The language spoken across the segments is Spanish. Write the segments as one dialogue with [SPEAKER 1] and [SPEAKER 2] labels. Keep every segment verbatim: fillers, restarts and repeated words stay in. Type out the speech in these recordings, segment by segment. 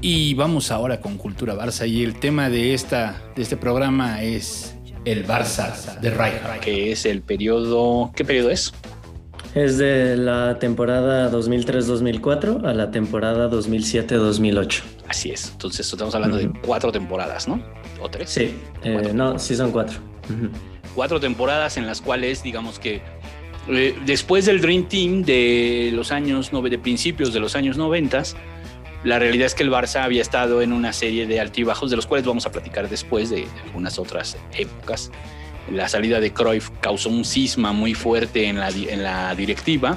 [SPEAKER 1] Y vamos ahora con Cultura Barça, y el tema de, esta, de este programa es el Barça de Rijkaard,
[SPEAKER 2] que es el periodo... ¿Qué periodo es?
[SPEAKER 3] Es de la temporada dos mil tres dos mil cuatro a la temporada dos mil siete dos mil ocho.
[SPEAKER 2] Así es, entonces estamos hablando uh-huh. de cuatro temporadas, ¿no? ¿O tres?
[SPEAKER 3] Sí, eh, no, sí son cuatro. Uh-huh.
[SPEAKER 2] Cuatro temporadas en las cuales, digamos que eh, después del Dream Team de los años, de principios de los años noventas, la realidad es que el Barça había estado en una serie de altibajos, de los cuales vamos a platicar después, de algunas otras épocas. La salida de Cruyff causó un cisma muy fuerte en la, en la directiva,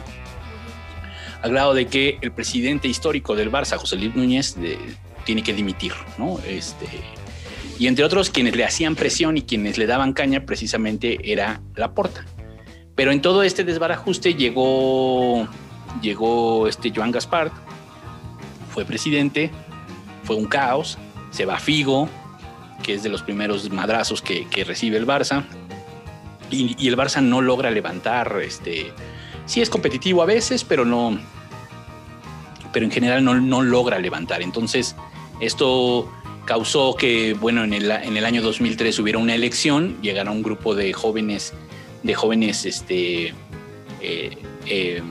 [SPEAKER 2] al grado de que el presidente histórico del Barça, José Luis Núñez, de, tiene que dimitir, ¿no? Este, y entre otros, quienes le hacían presión y quienes le daban caña precisamente era Laporta. Pero en todo este desbarajuste llegó, llegó este Joan Gaspart, fue presidente, fue un caos, se va Figo, que es de los primeros madrazos que, que recibe el Barça, y, y el Barça no logra levantar, este, sí es competitivo a veces, pero no, pero en general no, no logra levantar. Entonces esto causó que, bueno, en el, en el año dos mil tres hubiera una elección, llegara un grupo de jóvenes, de jóvenes, este, eh, eh,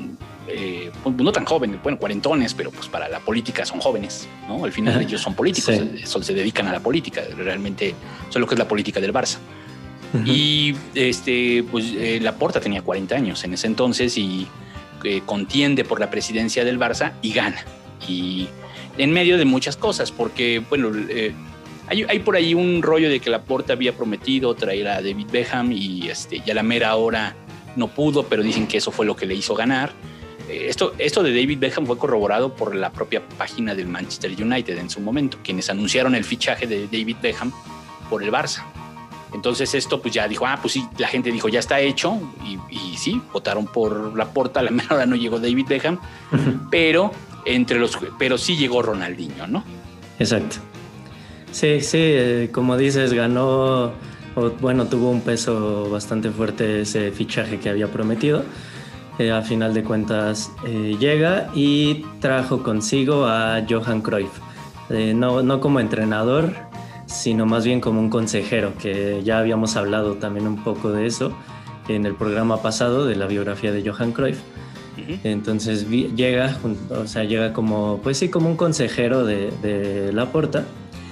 [SPEAKER 2] Eh, no tan jóvenes, bueno, cuarentones, pero pues para la política son jóvenes, ¿no? Al final ellos son políticos, sí. Eso, se dedican a la política, realmente eso es lo que es la política del Barça. Uh-huh. Y este, pues eh, Laporta tenía cuarenta años en ese entonces y eh, contiende por la presidencia del Barça y gana. Y en medio de muchas cosas, porque, bueno, eh, hay, hay por ahí un rollo de que Laporta había prometido traer a David Beckham y este, ya a la mera hora no pudo, pero dicen que eso fue lo que le hizo ganar. Esto, esto de David Beckham fue corroborado por la propia página del Manchester United en su momento, quienes anunciaron el fichaje de David Beckham por el Barça. Entonces esto pues ya dijo, ah, pues sí, la gente dijo, ya está hecho, y, y sí, votaron por Laporta, a la mera hora no llegó David Beckham, uh-huh. pero, entre los, pero sí llegó Ronaldinho, ¿no?
[SPEAKER 3] Exacto. Sí, sí, eh, como dices, ganó, o, bueno, tuvo un peso bastante fuerte ese fichaje que había prometido. Eh, a final de cuentas eh, llega y trajo consigo a Johan Cruyff, eh, no, no como entrenador, sino más bien como un consejero, que ya habíamos hablado también un poco de eso en el programa pasado de la biografía de Johan Cruyff. Uh-huh. Entonces vi, llega, o sea, llega como, pues sí, como un consejero de, de Laporta,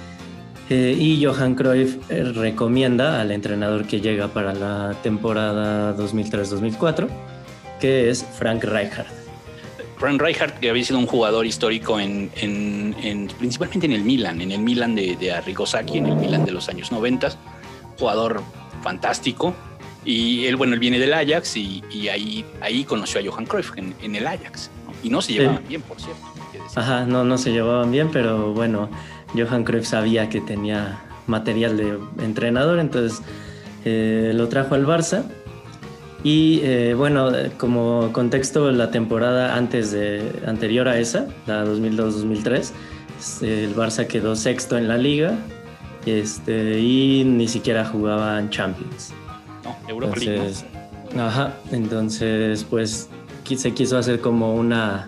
[SPEAKER 3] eh, y Johan Cruyff eh, recomienda al entrenador que llega para la temporada dos mil tres dos mil cuatro, que es Frank Rijkaard.
[SPEAKER 2] Frank Rijkaard, que había sido un jugador histórico en, en, en, principalmente en el Milan, en el Milan de, de Arrigo Sacchi, en el Milan de los años noventa, jugador fantástico. Y él, bueno, él viene del Ajax y, y ahí, ahí conoció a Johan Cruyff en, en el Ajax, ¿no? Y no se llevaban sí. bien, por cierto.
[SPEAKER 3] Ajá, no, no se llevaban bien, pero bueno, Johan Cruyff sabía que tenía material de entrenador, entonces eh, lo trajo al Barça. Y eh, bueno, como contexto, la temporada antes de, anterior a esa, la dos mil dos dos mil tres, el Barça quedó sexto en la liga, este, y ni siquiera jugaban Champions.
[SPEAKER 2] No, Europa League.
[SPEAKER 3] ¿No? Ajá, entonces pues se quiso hacer como una,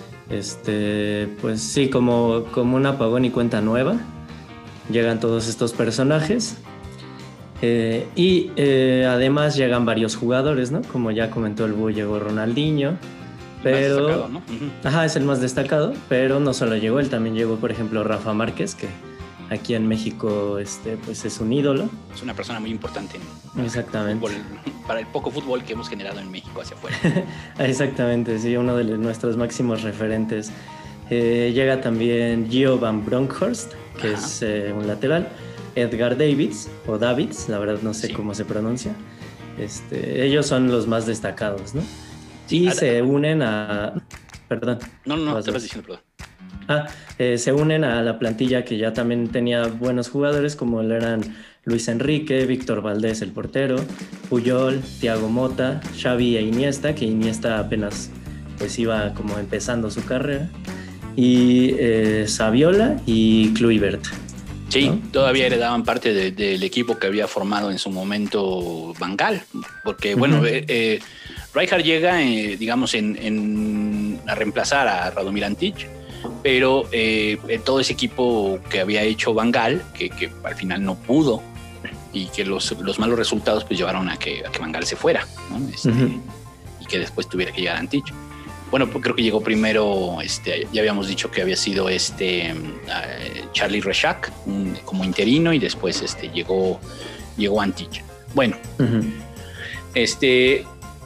[SPEAKER 3] este, pues sí, como, como un apagón y cuenta nueva. Llegan todos estos personajes. Eh, y eh, además llegan varios jugadores, ¿no? Como ya comentó el Búho, llegó Ronaldinho, pero...
[SPEAKER 2] Más destacado, ¿no? Uh-huh.
[SPEAKER 3] Ajá, es el más destacado, pero no solo llegó él, también llegó, por ejemplo, Rafa Márquez, que aquí en México este, pues es un ídolo.
[SPEAKER 2] Es una persona muy importante en
[SPEAKER 3] Exactamente.
[SPEAKER 2] El fútbol, para el poco fútbol que hemos generado en México hacia afuera.
[SPEAKER 3] Exactamente, sí, uno de nuestros máximos referentes. Eh, llega también Gio Van Bronckhorst, que Ajá. es eh, un lateral. Edgar Davids, o Davids, la verdad no sé sí. cómo se pronuncia. Este, ellos son los más destacados, ¿no? Y sí, se unen a... Perdón.
[SPEAKER 2] No, no, no, te vas diciendo, perdón.
[SPEAKER 3] Ah, eh, se unen a la plantilla que ya también tenía buenos jugadores, como lo eran Luis Enrique, Víctor Valdés, el portero, Puyol, Thiago Motta, Xavi e Iniesta, que Iniesta apenas pues iba como empezando su carrera, y eh, Saviola y Kluivert.
[SPEAKER 2] Sí, ¿no? Todavía heredaban parte de, del equipo que había formado en su momento Van Gaal, porque bueno, uh-huh. eh, eh, Rijkaard llega, eh, digamos, en, en, a reemplazar a Radomir Antic, pero eh, todo ese equipo que había hecho Van Gaal, que, que al final no pudo, y que los, los malos resultados pues llevaron a que, a que Van Gaal se fuera, ¿no? Este, uh-huh. Y que después tuviera que llegar a Antich. Bueno, pues creo que llegó primero, este, ya habíamos dicho que había sido este uh, Charlie Reshak un, como interino, y después este, llegó, llegó Antich. Bueno, uh-huh. este,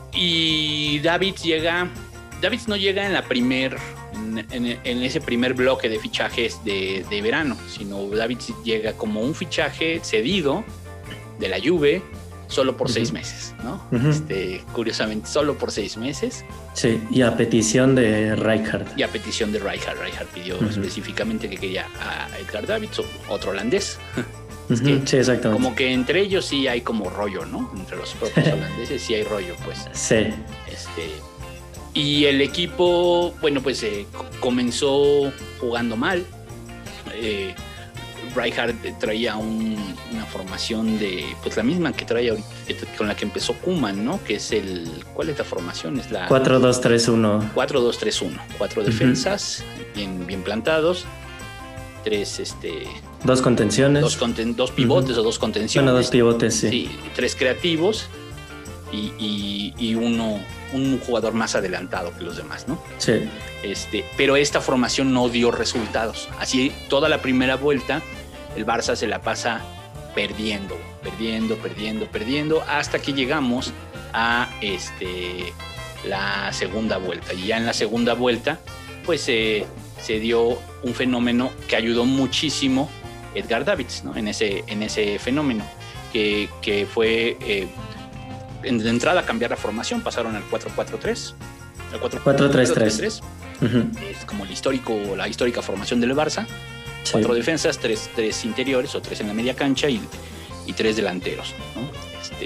[SPEAKER 2] y Davids llega, Davids no llega en la primer, en, en, en ese primer bloque de fichajes de, de verano, sino Davids llega como un fichaje cedido de la Juve, solo por uh-huh. seis meses, ¿no? Uh-huh. Este, curiosamente, solo por seis meses.
[SPEAKER 3] Sí, y a petición de Rijkaard.
[SPEAKER 2] Y a petición de Rijkaard. Rijkaard pidió uh-huh. específicamente que quería a Edgar Davids, otro holandés. Es
[SPEAKER 3] uh-huh.
[SPEAKER 2] que
[SPEAKER 3] sí, exactamente.
[SPEAKER 2] Como que entre ellos sí hay como rollo, ¿no? Entre los propios holandeses sí hay rollo, pues.
[SPEAKER 3] Sí.
[SPEAKER 2] Este, y el equipo, bueno, pues eh, comenzó jugando mal. Eh, Rijkaard traía un, una formación de, pues la misma que trae ahorita, con la que empezó Koeman, ¿no? Que es el, ¿cuál es la formación? Es la
[SPEAKER 3] cuatro dos tres uno.
[SPEAKER 2] cuatro dos tres uno. Cuatro defensas, uh-huh. bien, bien plantados. Tres, este...
[SPEAKER 3] Dos contenciones.
[SPEAKER 2] Dos, conten, dos pivotes uh-huh. o dos contenciones.
[SPEAKER 3] Bueno, dos pivotes, sí.
[SPEAKER 2] Sí, tres creativos y, y, y uno, un jugador más adelantado que los demás, ¿no?
[SPEAKER 3] Sí.
[SPEAKER 2] Este, pero esta formación no dio resultados. Así, toda la primera vuelta, el Barça se la pasa perdiendo, perdiendo, perdiendo, perdiendo, hasta que llegamos a este, la segunda vuelta. Y ya en la segunda vuelta, pues eh, se dio un fenómeno que ayudó muchísimo Edgar Davids, ¿no? En ese, en ese fenómeno, que, que fue eh, en, de entrada cambiar la formación, pasaron al cuatro cuatro tres. Al
[SPEAKER 3] cuatro tres tres.
[SPEAKER 2] Uh-huh. Es como el histórico, la histórica formación del Barça. Sí. Cuatro defensas, tres, tres interiores o tres en la media cancha y, y tres delanteros, ¿no? Este,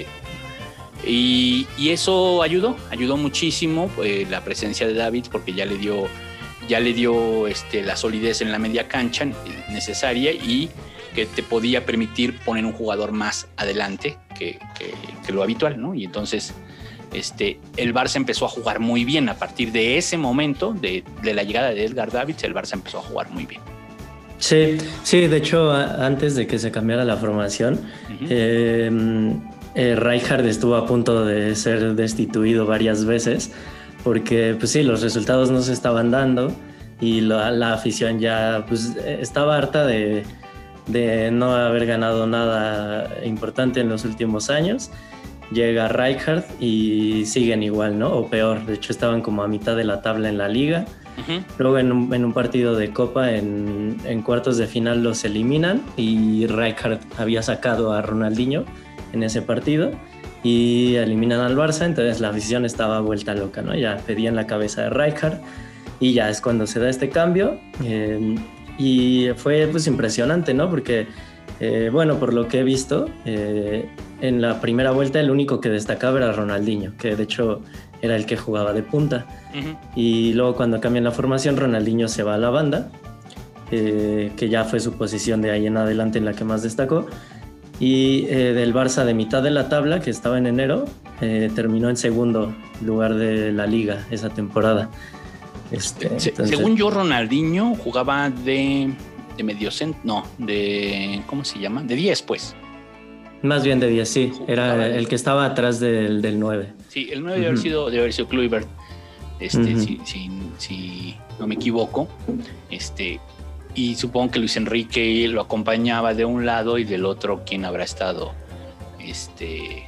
[SPEAKER 2] y, y eso ayudó, ayudó muchísimo eh, la presencia de Davids, porque ya le dio, ya le dio este, la solidez en la media cancha necesaria y que te podía permitir poner un jugador más adelante que, que, que lo habitual, ¿no? Y entonces este, el Barça empezó a jugar muy bien. A partir de ese momento, de, de la llegada de Edgar Davids, el Barça empezó a jugar muy bien.
[SPEAKER 3] Sí, sí, de hecho, antes de que se cambiara la formación, uh-huh. eh, eh, Rijkaard estuvo a punto de ser destituido varias veces, porque pues sí, los resultados no se estaban dando y la, la afición ya pues, estaba harta de, de no haber ganado nada importante en los últimos años. Llega Rijkaard y siguen igual, ¿no? O peor, de hecho estaban como a mitad de la tabla en la liga. Uh-huh. Luego en un, en un partido de Copa, en, en cuartos de final los eliminan y Rijkaard había sacado a Ronaldinho en ese partido y eliminan al Barça, entonces la afición estaba vuelta loca, ¿no? Ya pedían la cabeza de Rijkaard y ya es cuando se da este cambio eh, y fue pues impresionante, ¿no? Porque, eh, bueno, por lo que he visto, eh, en la primera vuelta el único que destacaba era Ronaldinho, que de hecho era el que jugaba de punta. Uh-huh. Y luego cuando cambian la formación, Ronaldinho se va a la banda, eh, que ya fue su posición de ahí en adelante en la que más destacó. Y eh, del Barça de mitad de la tabla, que estaba en enero, eh, terminó en segundo lugar de la liga esa temporada. Este,
[SPEAKER 2] Se, entonces... Según yo, Ronaldinho jugaba de, de mediocentro, no, de, ¿cómo se llama? De diez, pues.
[SPEAKER 3] Más bien de diez, sí. Era el que estaba atrás del, del nueve.
[SPEAKER 2] Sí, el nueve uh-huh. debe haber sido, debe haber sido Kluivert, este, uh-huh. si, si, si no me equivoco. Este, y supongo que Luis Enrique lo acompañaba de un lado y del otro, ¿quién habrá estado? Este,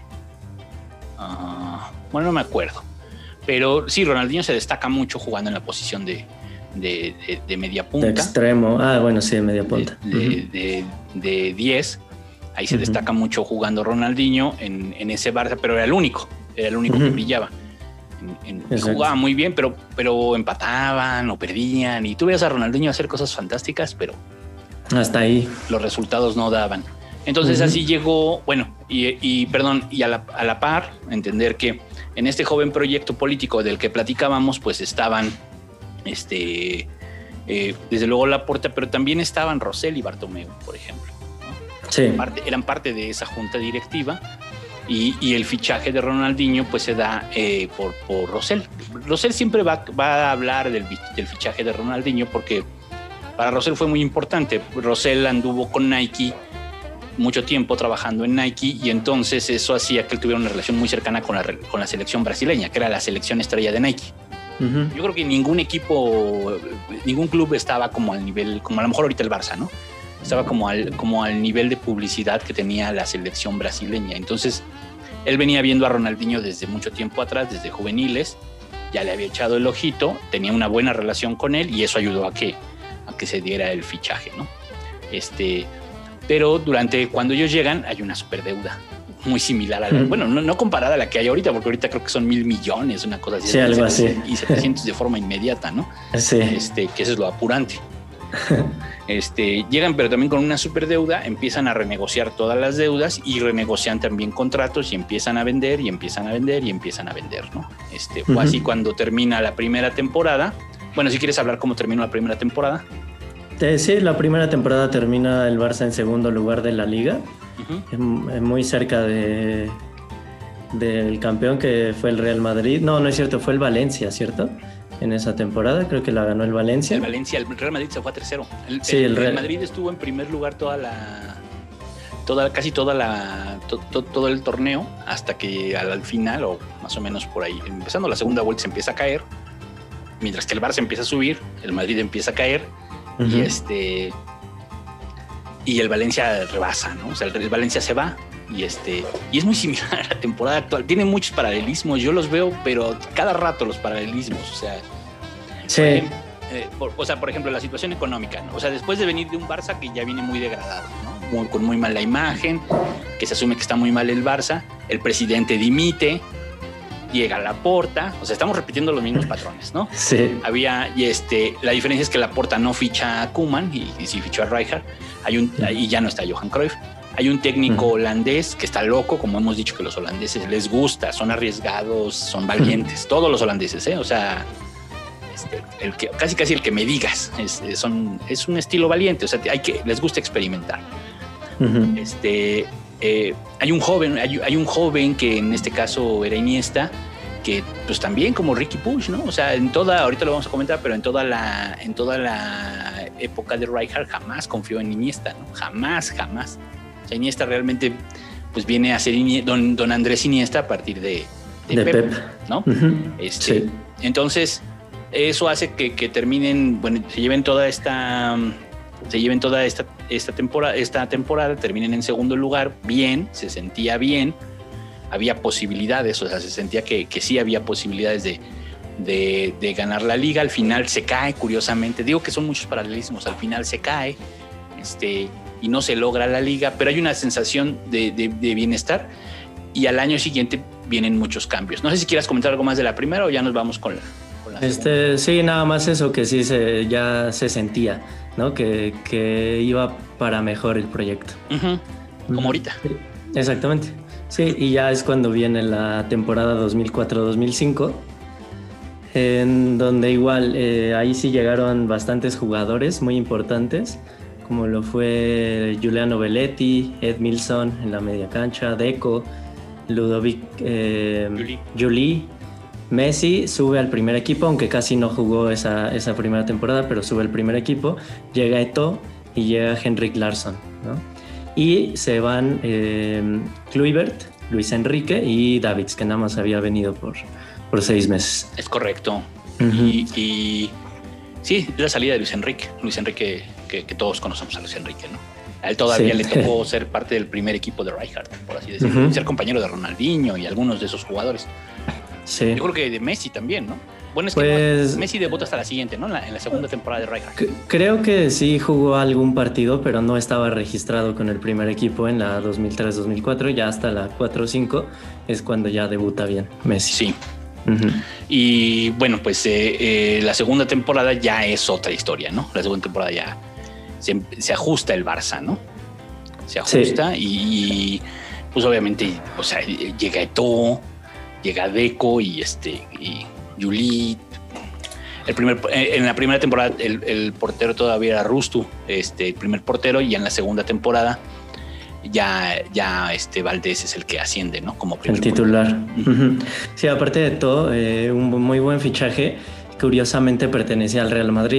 [SPEAKER 2] uh, bueno, no me acuerdo. Pero sí, Ronaldinho se destaca mucho jugando en la posición de, de, de, de media punta.
[SPEAKER 3] De extremo. Ah, bueno, sí, de media punta.
[SPEAKER 2] De, de, uh-huh. de, de diez. Ahí se uh-huh. destaca mucho jugando Ronaldinho en, en ese Barça, pero era el único, era el único uh-huh. que brillaba. En, en, jugaba muy bien, pero, pero empataban o perdían. Y tú veías a Ronaldinho hacer cosas fantásticas, pero
[SPEAKER 3] hasta ahí
[SPEAKER 2] los resultados no daban. Entonces uh-huh. así llegó, bueno, y, y perdón, y a la, a la par, entender que en este joven proyecto político del que platicábamos, pues estaban, este, eh, desde luego Laporta, pero también estaban Rosell y Bartomeu, por ejemplo.
[SPEAKER 3] Sí.
[SPEAKER 2] Parte, eran parte de esa junta directiva y, y el fichaje de Ronaldinho pues se da eh, por, por Rosell. Rosell siempre va, va a hablar del, del fichaje de Ronaldinho porque para Rosell fue muy importante. Rosell anduvo con Nike mucho tiempo trabajando en Nike y entonces eso hacía que él tuviera una relación muy cercana con la, con la selección brasileña, que era la selección estrella de Nike. Uh-huh. Yo creo que ningún equipo, ningún club estaba como al nivel, como a lo mejor ahorita el Barça, ¿no? Estaba como al, como al nivel de publicidad que tenía la selección brasileña. Entonces él venía viendo a Ronaldinho desde mucho tiempo atrás, desde juveniles, ya le había echado el ojito, tenía una buena relación con él y eso ayudó a que, a que se diera el fichaje, ¿no? Este... Pero durante cuando ellos llegan hay una superdeuda muy similar a la, mm. bueno, no, no comparada a la que hay ahorita, porque ahorita creo que son mil millones, una cosa así.
[SPEAKER 3] Sí, algo así.
[SPEAKER 2] Y setecientos de forma inmediata, ¿no?
[SPEAKER 3] Sí.
[SPEAKER 2] Este, que eso es lo apurante. Este, llegan pero también con una superdeuda, empiezan a renegociar todas las deudas y renegocian también contratos y empiezan a vender y empiezan a vender y empiezan a vender, ¿no? Este, fue uh-huh. así cuando termina la primera temporada. Bueno, si quieres hablar cómo terminó la primera temporada.
[SPEAKER 3] Sí, la primera temporada termina el Barça en segundo lugar de la Liga, uh-huh. muy cerca de del campeón que fue el Real Madrid. No, no es cierto, fue el Valencia, ¿cierto? En esa temporada creo que la ganó el Valencia.
[SPEAKER 2] El Valencia, el Real Madrid se fue a tercero. El,
[SPEAKER 3] sí,
[SPEAKER 2] el,
[SPEAKER 3] el, Real...
[SPEAKER 2] el Madrid estuvo en primer lugar toda la, toda, casi toda la, to, to, todo el torneo hasta que al, al final o más o menos por ahí, empezando la segunda vuelta se empieza a caer, mientras que el Barça empieza a subir, el Madrid empieza a caer. Uh-huh. Y este y el Valencia rebasa, ¿no? O sea, el, el Valencia se va y este y es muy similar a la temporada actual. Tiene muchos paralelismos, yo los veo, pero cada rato los paralelismos, o sea,
[SPEAKER 3] sí.
[SPEAKER 2] Eh, por, o sea, por ejemplo, la situación económica, ¿no? O sea, después de venir de un Barça que ya viene muy degradado, ¿no? Muy, con muy mala imagen, que se asume que está muy mal el Barça, el presidente dimite. Llega Laporta, o sea, estamos repitiendo los mismos patrones, ¿no?
[SPEAKER 3] Sí.
[SPEAKER 2] Había, y este, la diferencia es que Laporta no ficha a Koeman y, y sí fichó a Rijkaard, hay un, y ya no está Johan Cruyff. Hay un técnico uh-huh. holandés que está loco, como hemos dicho que los holandeses les gusta, son arriesgados, son valientes, uh-huh. todos los holandeses, ¿eh? O sea, este, el que, casi casi el que me digas, es, es, son, es un estilo valiente, o sea, hay que, les gusta experimentar. Uh-huh. Este... Eh, hay un joven, hay, hay un joven que en este caso era Iniesta, que pues también como Ricky Puig, ¿no? O sea, en toda, ahorita lo vamos a comentar, pero en toda la, en toda la época de Rijkaard jamás confió en Iniesta, ¿no? Jamás, jamás. O sea, Iniesta realmente pues viene a ser Iniesta, don, don Andrés Iniesta a partir de, de,
[SPEAKER 3] de
[SPEAKER 2] Pep,
[SPEAKER 3] Pep,
[SPEAKER 2] ¿no?
[SPEAKER 3] Uh-huh.
[SPEAKER 2] Este, sí. Entonces, eso hace que, que terminen, bueno, se lleven toda esta... se lleven toda esta, esta, temporada, esta temporada, terminen en segundo lugar, bien, se sentía bien, había posibilidades, o sea, se sentía que, que sí había posibilidades de, de, de ganar la liga. Al final se cae, curiosamente, digo que son muchos paralelismos, al final se cae este, y no se logra la liga, pero hay una sensación de, de, de bienestar y al año siguiente vienen muchos cambios. No sé si quieras comentar algo más de la primera o ya nos vamos con la, con la
[SPEAKER 3] este, sí, nada más eso, que sí se, ya se sentía, ¿no? Que, que iba para mejor el proyecto.
[SPEAKER 2] Uh-huh. Como ahorita.
[SPEAKER 3] Exactamente. Sí, y ya es cuando viene la temporada dos mil cuatro dos mil cinco, en donde igual eh, ahí sí llegaron bastantes jugadores muy importantes, como lo fue Giuliano Belletti, Ed Milson en la media cancha, Deco, Ludovic eh, Juli. Messi sube al primer equipo, aunque casi no jugó esa, esa primera temporada, pero sube al primer equipo. Llega Eto'o y llega Henrik Larsson, ¿no? Y se van eh, Kluivert, Luis Enrique y Davids, que nada más había venido por, por seis meses.
[SPEAKER 2] Es correcto. Uh-huh. Y, y sí, es la salida de Luis Enrique. Luis Enrique, que, que todos conocemos a Luis Enrique, ¿no? A él todavía sí. le tocó ser parte del primer equipo de Rijkaard, por así decirlo. Uh-huh. Ser compañero de Ronaldinho y algunos de esos jugadores.
[SPEAKER 3] Sí.
[SPEAKER 2] Yo creo que de Messi también, ¿no? Bueno, es
[SPEAKER 3] pues,
[SPEAKER 2] que Messi debuta hasta la siguiente, ¿no? En la, en la segunda temporada de Rijkaard.
[SPEAKER 3] C- creo que sí jugó algún partido, pero no estaba registrado con el primer equipo en la dos mil tres dos mil cuatro. Ya hasta la cuatro cinco es cuando ya debuta bien Messi.
[SPEAKER 2] Sí. Uh-huh. Y bueno, pues eh, eh, la segunda temporada ya es otra historia, ¿no? La segunda temporada ya se, se ajusta el Barça, ¿no? Se ajusta sí. y, y pues obviamente, o sea, llega Eto'o, llega Deco y este y Juli. El primer, en la primera temporada el, el portero todavía era Rustu, este, el primer portero, y en la segunda temporada ya, ya este Valdés es el que asciende, ¿no? Como primer
[SPEAKER 3] el titular. Uh-huh. Sí, aparte de todo, eh, un muy buen fichaje. Curiosamente pertenece al Real Madrid.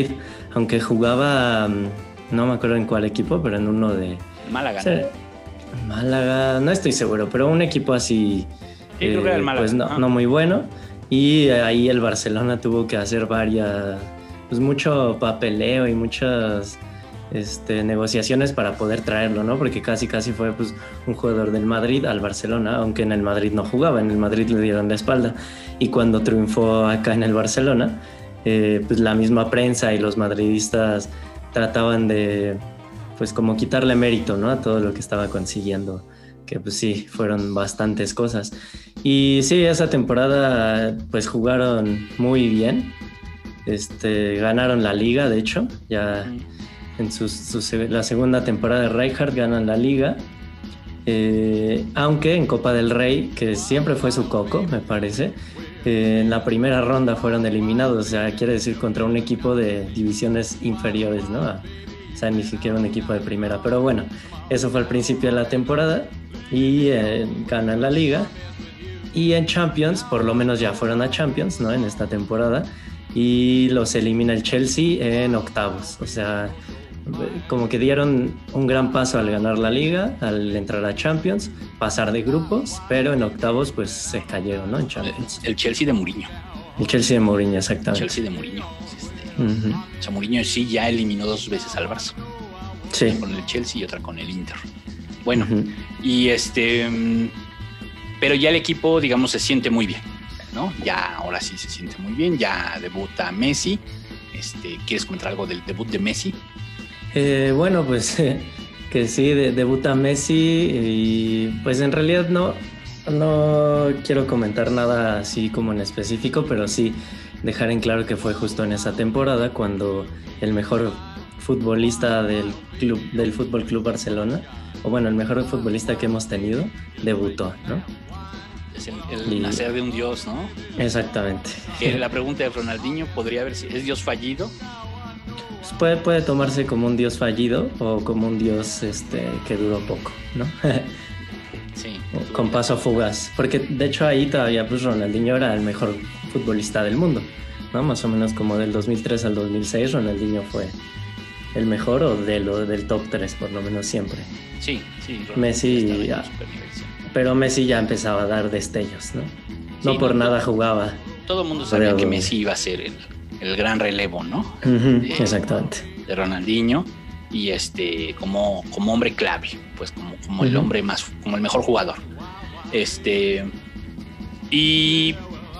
[SPEAKER 3] aunque jugaba, no me acuerdo en cuál equipo, pero en uno de...
[SPEAKER 2] Málaga.
[SPEAKER 3] O sea, Málaga, no estoy seguro, pero un equipo así,
[SPEAKER 2] sí, creo que era el Málaga.
[SPEAKER 3] Pues no, no muy bueno. Y ahí el Barcelona tuvo que hacer varias, pues mucho papeleo y muchas este, negociaciones para poder traerlo, ¿no? Porque casi casi fue pues un jugador del Madrid al Barcelona, aunque en el Madrid no jugaba, en el Madrid le dieron la espalda. Y cuando triunfó acá en el Barcelona, eh, pues la misma prensa y los madridistas trataban de, pues como quitarle mérito, ¿no? A todo lo que estaba consiguiendo, que pues sí, fueron bastantes cosas. Y sí, esa temporada pues jugaron muy bien, este, ganaron la Liga, de hecho, ya en su, su, la segunda temporada de Rijkaard ganan la Liga, eh, aunque en Copa del Rey, que siempre fue su coco, me parece, eh, en la primera ronda fueron eliminados, o sea, quiere decir contra un equipo de divisiones inferiores, ¿no? O sea, ni siquiera un equipo de primera, pero bueno, eso fue al principio de la temporada y eh, ganan la Liga. Y en Champions, por lo menos ya fueron a Champions, ¿no? En esta temporada. Y los elimina el Chelsea en octavos. O sea, como que dieron un gran paso al ganar la Liga, al entrar a Champions, pasar de grupos, pero en octavos pues se cayeron, ¿no? En Champions.
[SPEAKER 2] El, el Chelsea de Mourinho.
[SPEAKER 3] El Chelsea de Mourinho, exactamente.
[SPEAKER 2] El Chelsea de Mourinho. Este,
[SPEAKER 3] uh-huh.
[SPEAKER 2] O sea, Mourinho sí ya eliminó dos veces al Barça.
[SPEAKER 3] Sí.
[SPEAKER 2] Una con el Chelsea y otra con el Inter. Bueno,
[SPEAKER 3] uh-huh.
[SPEAKER 2] y este... Pero ya el equipo, digamos, se siente muy bien, ¿no? Ya, ahora sí se siente muy bien. Ya debuta Messi. Este, ¿quieres comentar algo del debut de Messi?
[SPEAKER 3] Eh, bueno, pues eh, que sí, de, debuta Messi y pues en realidad no, no quiero comentar nada así como en específico, pero sí dejar en claro que fue justo en esa temporada cuando el mejor futbolista del club, del Fútbol Club Barcelona, o bueno, el mejor futbolista que hemos tenido, debutó, ¿no?
[SPEAKER 2] Es el, el y... nacer de un dios, ¿no?
[SPEAKER 3] Exactamente.
[SPEAKER 2] Que la pregunta de Ronaldinho podría haber sido, ¿es dios fallido?
[SPEAKER 3] Pues puede, puede tomarse como un dios fallido o como un dios este, que duró poco, ¿no?
[SPEAKER 2] Sí.
[SPEAKER 3] Con paso fugaz. Porque de hecho ahí todavía pues Ronaldinho era el mejor futbolista del mundo, ¿no? Más o menos como del dos mil tres al dos mil seis Ronaldinho fue el mejor o de lo, del top tres por lo menos siempre.
[SPEAKER 2] Sí, sí.
[SPEAKER 3] Messi ya, pero Messi ya empezaba a dar destellos, ¿no? No sí, por no, nada jugaba.
[SPEAKER 2] Todo el mundo sabía pero... que Messi iba a ser el, el gran relevo, ¿no?
[SPEAKER 3] Uh-huh,
[SPEAKER 2] de,
[SPEAKER 3] exactamente.
[SPEAKER 2] De Ronaldinho y este como, como hombre clave, pues como, como uh-huh. el hombre más, como el mejor jugador. Este y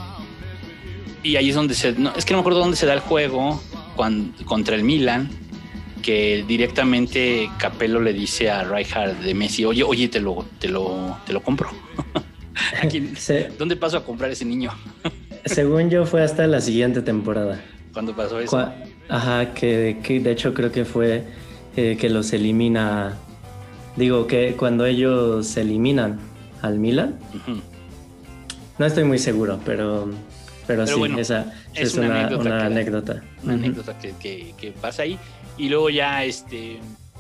[SPEAKER 2] y ahí es donde se, no, es que no me acuerdo dónde se da el juego cuando, contra el Milan, que directamente Capello le dice a Rijkaard de Messi, oye, oye, te lo, te lo, te lo compro. Aquí, sí. ¿Dónde paso a comprar ese niño?
[SPEAKER 3] Según yo fue hasta la siguiente temporada.
[SPEAKER 2] ¿Cuándo pasó eso?
[SPEAKER 3] Cu- Ajá, que, que de hecho creo que fue eh, que los elimina, digo que cuando ellos se eliminan al Milan, uh-huh. no estoy muy seguro, pero... Pero, pero sí, bueno, esa, esa es, es una, una anécdota. Una
[SPEAKER 2] que,
[SPEAKER 3] anécdota,
[SPEAKER 2] una uh-huh. anécdota que, que, que pasa ahí. Y luego ya, este,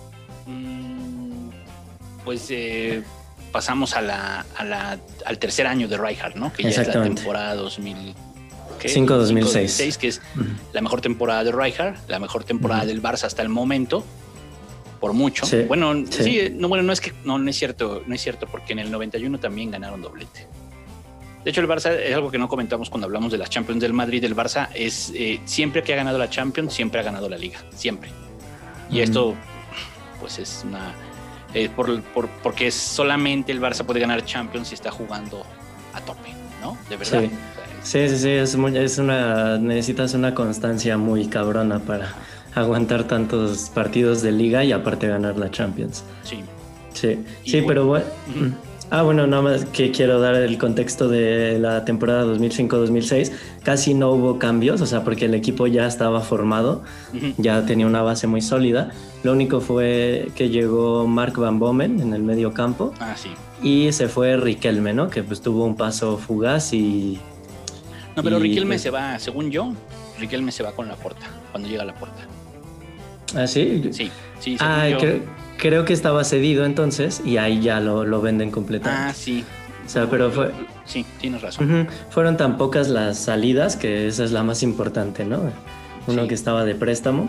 [SPEAKER 2] pues eh, pasamos a la, a la, al tercer año de Rijkaard, ¿no? Que ya es la temporada dos mil
[SPEAKER 3] cinco dos mil seis,
[SPEAKER 2] que es uh-huh. la mejor temporada de Rijkaard, la mejor temporada uh-huh. del Barça hasta el momento, por mucho. Sí. Bueno, sí. sí, no, bueno, no es que no, no es cierto, no es cierto, porque en el noventa y uno también ganaron doblete. De hecho, el Barça es algo que no comentamos cuando hablamos de las Champions del Madrid. El Barça es eh, siempre que ha ganado la Champions, siempre ha ganado la Liga, siempre. Y mm. esto, pues es una, eh, por, por, porque solamente el Barça puede ganar Champions si está jugando a tope, ¿no? De verdad.
[SPEAKER 3] Sí, sí, sí, sí es, muy, es una, necesitas una constancia muy cabrona para aguantar tantos partidos de Liga y aparte ganar la Champions.
[SPEAKER 2] Sí.
[SPEAKER 3] Sí, sí, pero bueno. Uh-huh. Ah, bueno, nada más que quiero dar el contexto de la temporada dos mil cinco dos mil seis. Casi no hubo cambios, o sea, porque el equipo ya estaba formado, uh-huh. ya tenía una base muy sólida. Lo único fue que llegó Mark Van Bommel en el medio campo.
[SPEAKER 2] Ah, sí.
[SPEAKER 3] Y se fue Riquelme, ¿no? Que pues tuvo un paso fugaz y...
[SPEAKER 2] No, pero
[SPEAKER 3] y,
[SPEAKER 2] Riquelme
[SPEAKER 3] pues...
[SPEAKER 2] se va, según yo, Riquelme se va con Laporta, cuando llega a Laporta.
[SPEAKER 3] ¿Ah, sí?
[SPEAKER 2] Sí, sí.
[SPEAKER 3] Ah,
[SPEAKER 2] yo...
[SPEAKER 3] creo... Creo que estaba cedido entonces y ahí ya lo, lo venden completamente.
[SPEAKER 2] Ah, sí.
[SPEAKER 3] O sea, pero fue...
[SPEAKER 2] Sí, tienes razón.
[SPEAKER 3] Uh-huh. Fueron tan pocas las salidas que esa es la más importante, ¿no? Uno sí. que estaba de préstamo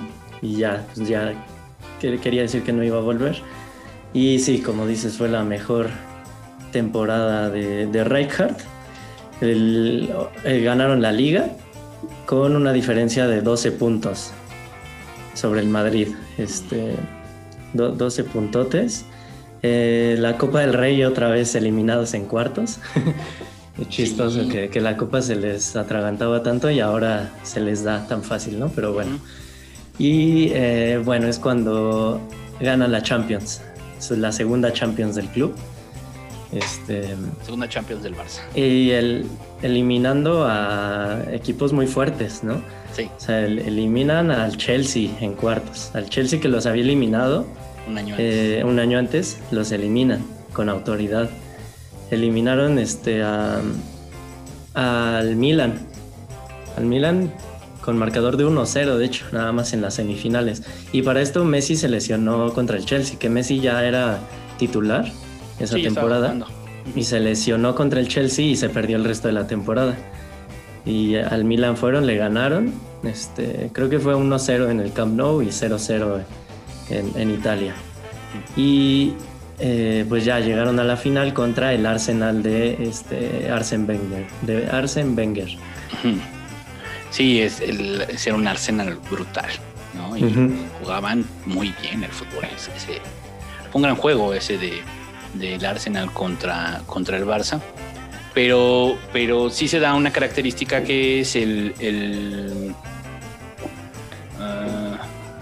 [SPEAKER 3] y ya, pues ya quería decir que no iba a volver. Y sí, como dices, fue la mejor temporada de, de Rijkaard. El, el, ganaron la Liga con una diferencia de doce puntos sobre el Madrid. Este, do, doce puntotes. Eh, la Copa del Rey otra vez eliminados en cuartos. Es chistoso sí. que, que la Copa se les atragantaba tanto y ahora se les da tan fácil, ¿no? Pero bueno. Y eh, bueno, es cuando ganan la Champions. Es la segunda Champions del club. Este,
[SPEAKER 2] segunda Champions del Barça.
[SPEAKER 3] Y el, eliminando a equipos muy fuertes, ¿no?
[SPEAKER 2] Sí.
[SPEAKER 3] O sea, el, eliminan al Chelsea en cuartos. Al Chelsea que los había eliminado
[SPEAKER 2] un año antes.
[SPEAKER 3] Eh, un año antes los eliminan con autoridad. Eliminaron este, a, al Milan. Al Milan con marcador de uno cero, de hecho, nada más en las semifinales. Y para esto Messi se lesionó contra el Chelsea, que Messi ya era titular esa sí, temporada. Y se lesionó contra el Chelsea y se perdió el resto de la temporada. Y al Milan fueron, le ganaron. Este, creo que fue uno cero en el Camp Nou y cero cero en, en Italia. Y eh, pues ya llegaron a la final contra el Arsenal de este, Arsene Wenger. De Arsene Wenger.
[SPEAKER 2] Sí, es, el, es era un Arsenal brutal, ¿no? Y uh-huh. jugaban muy bien el fútbol. Ese, ese, fue un gran juego ese de, del Arsenal contra, contra el Barça. Pero, pero sí se da una característica que es el... el uh,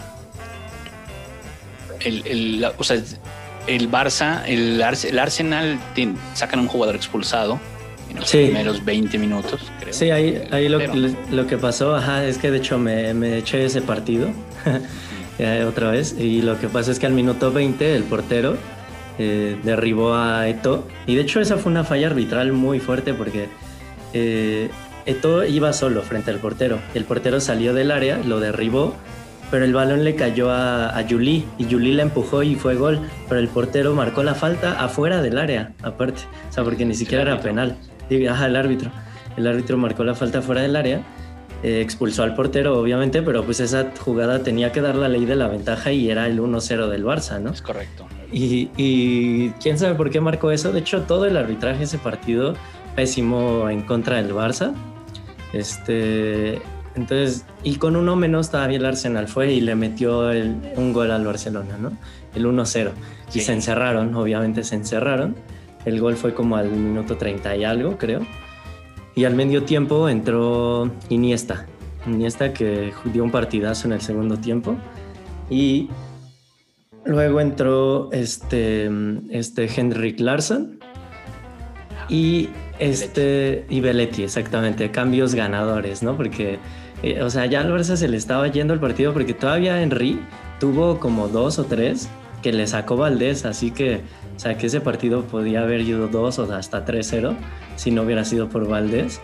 [SPEAKER 2] El, el, la, o sea, el Barça, el, el Arsenal tiene, sacan un jugador expulsado en los sí. primeros veinte minutos, creo.
[SPEAKER 3] Sí, ahí, ahí lo, lo que pasó, ajá, es que de hecho me, me eché ese partido eh, otra vez, y lo que pasa es que al minuto veinte el portero eh, derribó a Eto'o, y de hecho esa fue una falla arbitral muy fuerte porque eh, Eto'o iba solo frente al portero, el portero salió del área, lo derribó, pero el balón le cayó a, a Juli y Juli la empujó y fue gol, pero el portero marcó la falta afuera del área, aparte, o sea, porque ni siquiera era penal. Ajá, el árbitro. El árbitro marcó la falta fuera del área, eh, expulsó al portero, obviamente, pero pues esa jugada tenía que dar la ley de la ventaja y era el uno cero del Barça, ¿no?
[SPEAKER 2] Es correcto.
[SPEAKER 3] Y, y quién sabe por qué marcó eso. De hecho, todo el arbitraje de ese partido pésimo en contra del Barça. Este... Entonces, y con uno menos todavía el Arsenal fue y le metió el, un gol al Barcelona, ¿no? El uno cero. Sí. Y se encerraron, obviamente se encerraron. El gol fue como al minuto treinta y algo, creo. Y al medio tiempo entró Iniesta. Iniesta que dio un partidazo en el segundo tiempo. Y luego entró este, este Henrik Larsson. Y este y Belletti, exactamente, cambios ganadores, ¿no? Porque, eh, o sea, ya al Barça se le estaba yendo el partido porque todavía Henry tuvo como dos o tres que le sacó Valdés, así que, o sea, que ese partido podía haber ido dos o hasta tres cero si no hubiera sido por Valdés.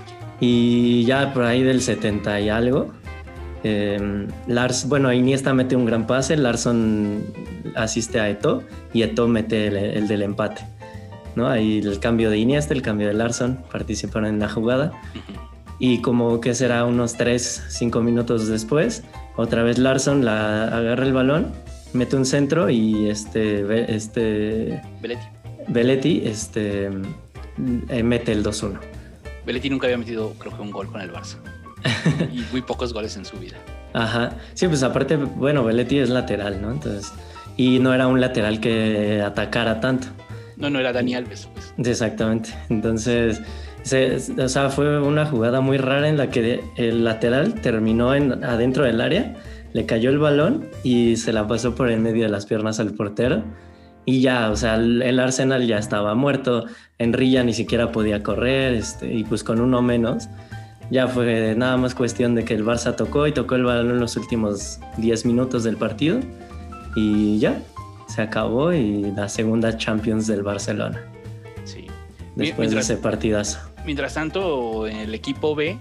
[SPEAKER 3] Y ya por ahí del setenta y algo, eh, Lars, bueno, Iniesta mete un gran pase, Larsson asiste a Eto'o y Eto'o mete el, el del empate. ¿No? Ahí el cambio de Iniesta, el cambio de Larsson participaron en la jugada y como que será unos tres, cinco minutos después otra vez Larsson la agarra el balón, mete un centro y este, este
[SPEAKER 2] Belletti,
[SPEAKER 3] Belletti este, eh, mete el dos uno.
[SPEAKER 2] Belletti nunca había metido creo que un gol con el Barça y muy pocos goles en su vida.
[SPEAKER 3] Ajá, sí, pues aparte, bueno, Belletti es lateral, ¿no? Entonces, y no era un lateral que atacara tanto.
[SPEAKER 2] No, no era Dani Alves, pues.
[SPEAKER 3] Exactamente. Entonces, se, o sea, fue una jugada muy rara en la que el lateral terminó en, adentro del área, le cayó el balón y se la pasó por en medio de las piernas al portero. Y ya, o sea, el, el Arsenal ya estaba muerto, Henry ya ni siquiera podía correr, este, y pues con uno menos, ya fue nada más cuestión de que el Barça tocó y tocó el balón en los últimos diez minutos del partido y ya. Se acabó y la segunda Champions del Barcelona.
[SPEAKER 2] Sí.
[SPEAKER 3] Después mientras, de ese partidazo.
[SPEAKER 2] Mientras tanto, en el equipo B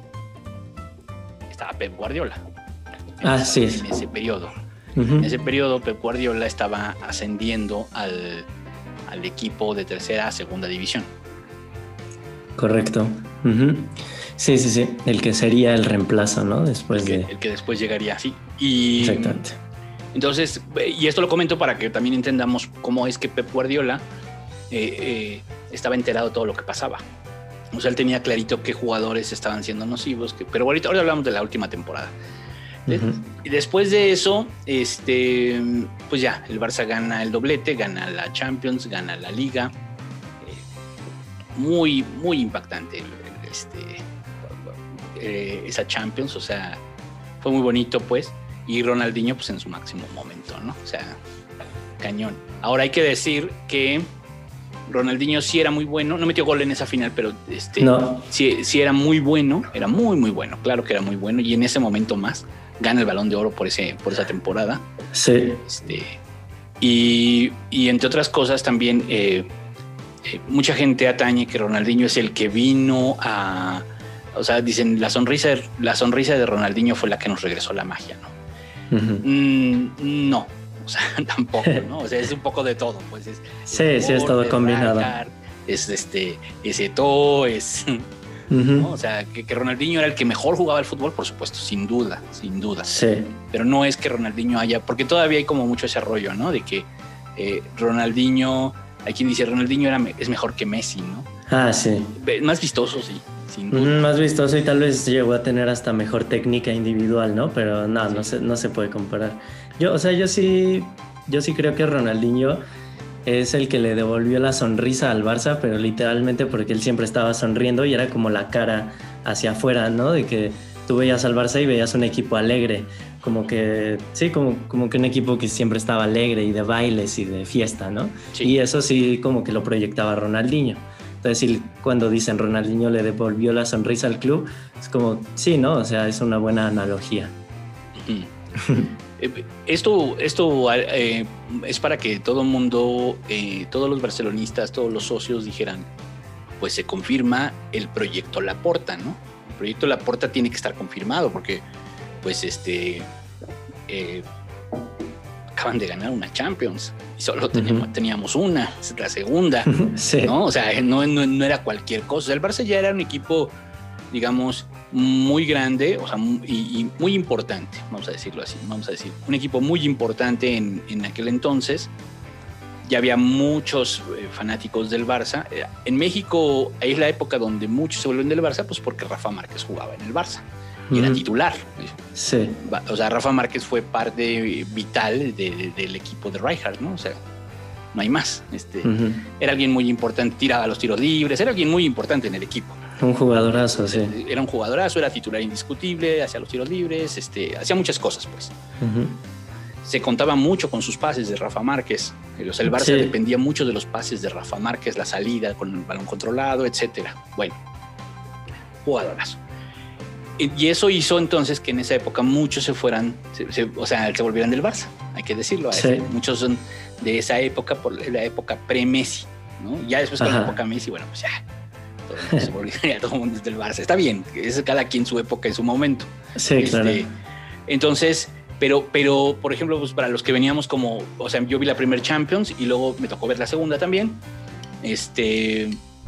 [SPEAKER 2] estaba Pep Guardiola.
[SPEAKER 3] Ah,
[SPEAKER 2] en
[SPEAKER 3] sí.
[SPEAKER 2] En ese periodo.
[SPEAKER 3] Uh-huh.
[SPEAKER 2] En ese periodo, Pep Guardiola estaba ascendiendo al, al equipo de tercera a segunda división.
[SPEAKER 3] Correcto. Uh-huh. Sí, sí, sí. El que sería el reemplazo, ¿no? Después
[SPEAKER 2] el que,
[SPEAKER 3] de...
[SPEAKER 2] el que después llegaría, sí. Y,
[SPEAKER 3] Exactamente.
[SPEAKER 2] Entonces, y esto lo comento para que también entendamos cómo es que Pep Guardiola eh, eh, estaba enterado de todo lo que pasaba. O sea, él tenía clarito qué jugadores estaban siendo nocivos, que, pero ahorita, ahora hablamos de la última temporada. Uh-huh. Y después de eso, este, pues ya, el Barça gana el doblete, gana la Champions, gana la Liga. Eh, muy, muy impactante este, eh, esa Champions, o sea, fue muy bonito, pues. Y Ronaldinho, pues en su máximo momento, ¿no? O sea, cañón. Ahora hay que decir que Ronaldinho sí era muy bueno, no metió gol en esa final, pero este,
[SPEAKER 3] no.
[SPEAKER 2] sí, sí era muy bueno, era muy, muy bueno, claro que era muy bueno, y en ese momento más, gana el Balón de Oro por, ese, por esa temporada.
[SPEAKER 3] Sí.
[SPEAKER 2] Este, y, y entre otras cosas también, eh, eh, mucha gente atañe que Ronaldinho es el que vino a... O sea, dicen, la sonrisa, la sonrisa de Ronaldinho fue la que nos regresó la magia, ¿no? Uh-huh. Mm, no, o sea, tampoco, ¿no? O sea, es un poco de todo, pues. Es,
[SPEAKER 3] sí,
[SPEAKER 2] es
[SPEAKER 3] sí, es todo combinado.
[SPEAKER 2] Rajar, es este, es Eto'o, es... Uh-huh. ¿no? O sea, que, que Ronaldinho era el que mejor jugaba el fútbol, por supuesto, sin duda, sin duda.
[SPEAKER 3] Sí.
[SPEAKER 2] Pero no es que Ronaldinho haya... Porque todavía hay como mucho ese rollo, ¿no? De que eh, Ronaldinho... Hay quien dice, Ronaldinho era, es mejor que Messi, ¿no?
[SPEAKER 3] Ah, sí.
[SPEAKER 2] Más vistoso, sí. Sin duda.
[SPEAKER 3] Mm, más vistoso, y tal vez llegó a tener hasta mejor técnica individual, ¿no? Pero no, sí. no, se, no se puede comparar. Yo, o sea, yo sí, yo sí creo que Ronaldinho es el que le devolvió la sonrisa al Barça, pero literalmente porque él siempre estaba sonriendo y era como la cara hacia afuera, ¿no? De que tú veías al Barça y veías un equipo alegre, como que, sí, como, como que un equipo que siempre estaba alegre y de bailes y de fiesta, ¿no? Sí. Y eso sí como que lo proyectaba Ronaldinho. Entonces, cuando dicen Ronaldinho le devolvió la sonrisa al club, es como, sí, ¿no? O sea, es una buena analogía.
[SPEAKER 2] Esto, esto eh, es para que todo el mundo, eh, todos los barcelonistas, todos los socios dijeran, pues se confirma el proyecto Laporta, ¿no? El proyecto Laporta tiene que estar confirmado porque, pues, este... Eh, acaban de ganar una Champions y solo teníamos, uh-huh. teníamos una, la segunda, sí. ¿no? O sea, no, no, no era cualquier cosa. O sea, el Barça ya era un equipo, digamos, muy grande, o sea, y, y muy importante, vamos a decirlo así, vamos a decir, un equipo muy importante en, en aquel entonces. Ya había muchos eh, fanáticos del Barça. En México, ahí es la época donde muchos se vuelven del Barça, pues porque Rafa Márquez jugaba en el Barça. Y era titular.
[SPEAKER 3] Sí.
[SPEAKER 2] O sea, Rafa Márquez fue parte vital de, de, del equipo de Rijkaard, ¿no? O sea, no hay más. Este, uh-huh. Era alguien muy importante, tiraba los tiros libres, era alguien muy importante en el equipo.
[SPEAKER 3] Un jugadorazo, sí.
[SPEAKER 2] Era un jugadorazo, era titular indiscutible, hacía los tiros libres, este, hacía muchas cosas, pues. Uh-huh. Se contaba mucho con sus pases de Rafa Márquez. O sea, el Barça sí. dependía mucho de los pases de Rafa Márquez, la salida con el balón controlado, etcétera. Bueno, jugadorazo. Y eso hizo entonces que en esa época muchos se fueran, se, se, o sea, se volvieran del Barça, hay que decirlo. Sí. Muchos son de esa época, por la época pre-Messi, ¿no? Ya después con la época Messi, bueno, pues ya, todo el mundo se volvió, ya todo el mundo es del Barça. Está bien, es cada quien su época y su momento.
[SPEAKER 3] Sí, este, claro.
[SPEAKER 2] Entonces, pero, pero, por ejemplo, pues para los que veníamos como, o sea, yo vi la primer Champions y luego me tocó ver la segunda también, este,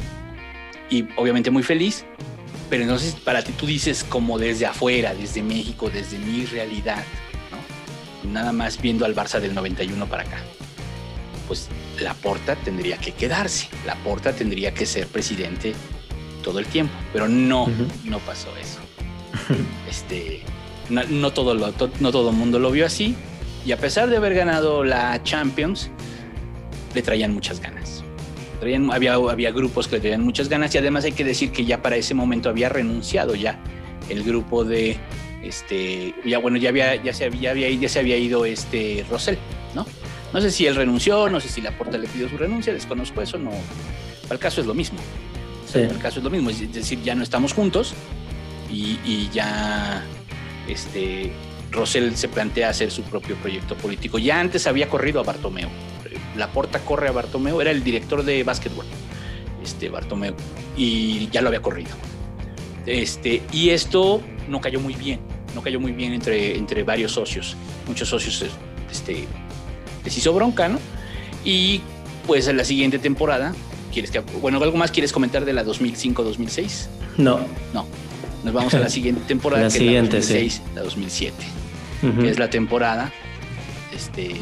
[SPEAKER 2] y obviamente muy feliz. Pero entonces para ti tú dices como desde afuera, desde México, desde mi realidad, ¿no? Nada más viendo al Barça del noventa y uno para acá. Pues Laporta tendría que quedarse, Laporta tendría que ser presidente todo el tiempo, pero no, uh-huh. no pasó eso. este, no, no todo lo, to, no todo el mundo lo vio así, y a pesar de haber ganado la Champions, le traían muchas ganas. Traían, había, había grupos que le traían muchas ganas, y además hay que decir que ya para ese momento había renunciado ya el grupo de este ya bueno ya había ya se había, ya había ya se había ido este Rosell, ¿no? No sé si él renunció, no sé si Laporta le pidió su renuncia, desconozco eso, no. Para el caso es lo mismo. Sí. Para el caso es lo mismo, es decir, ya no estamos juntos y, y ya este Rosell se plantea hacer su propio proyecto político. Ya antes había corrido a Bartomeu. Laporta corre a Bartomeu, era el director de básquetbol, este Bartomeu, y ya lo había corrido. Este, y esto no cayó muy bien, no cayó muy bien entre, entre varios socios. Muchos socios este, les hizo bronca, ¿no? Y pues en la siguiente temporada, ¿quieres que, bueno, algo más quieres comentar de la dos mil cinco dos mil seis?
[SPEAKER 3] No.
[SPEAKER 2] No. Nos vamos a la siguiente temporada,
[SPEAKER 3] la
[SPEAKER 2] que
[SPEAKER 3] siguiente,
[SPEAKER 2] es la dos mil seis,
[SPEAKER 3] sí.
[SPEAKER 2] la dos mil siete,
[SPEAKER 3] Uh-huh.
[SPEAKER 2] que es la temporada, este,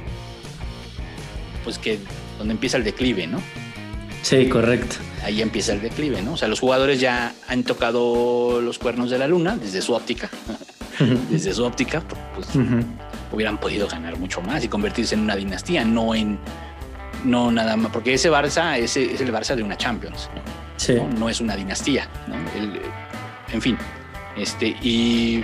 [SPEAKER 2] pues que donde empieza el declive, ¿no?
[SPEAKER 3] Sí, correcto.
[SPEAKER 2] Ahí empieza el declive, ¿no? O sea, los jugadores ya han tocado los cuernos de la luna desde su óptica, desde su óptica, pues uh-huh. hubieran podido ganar mucho más y convertirse en una dinastía, no en, no nada más, porque ese Barça es, es el Barça de una Champions, ¿no?
[SPEAKER 3] Sí.
[SPEAKER 2] ¿no? No es una dinastía, ¿no? El, en fin, este, y,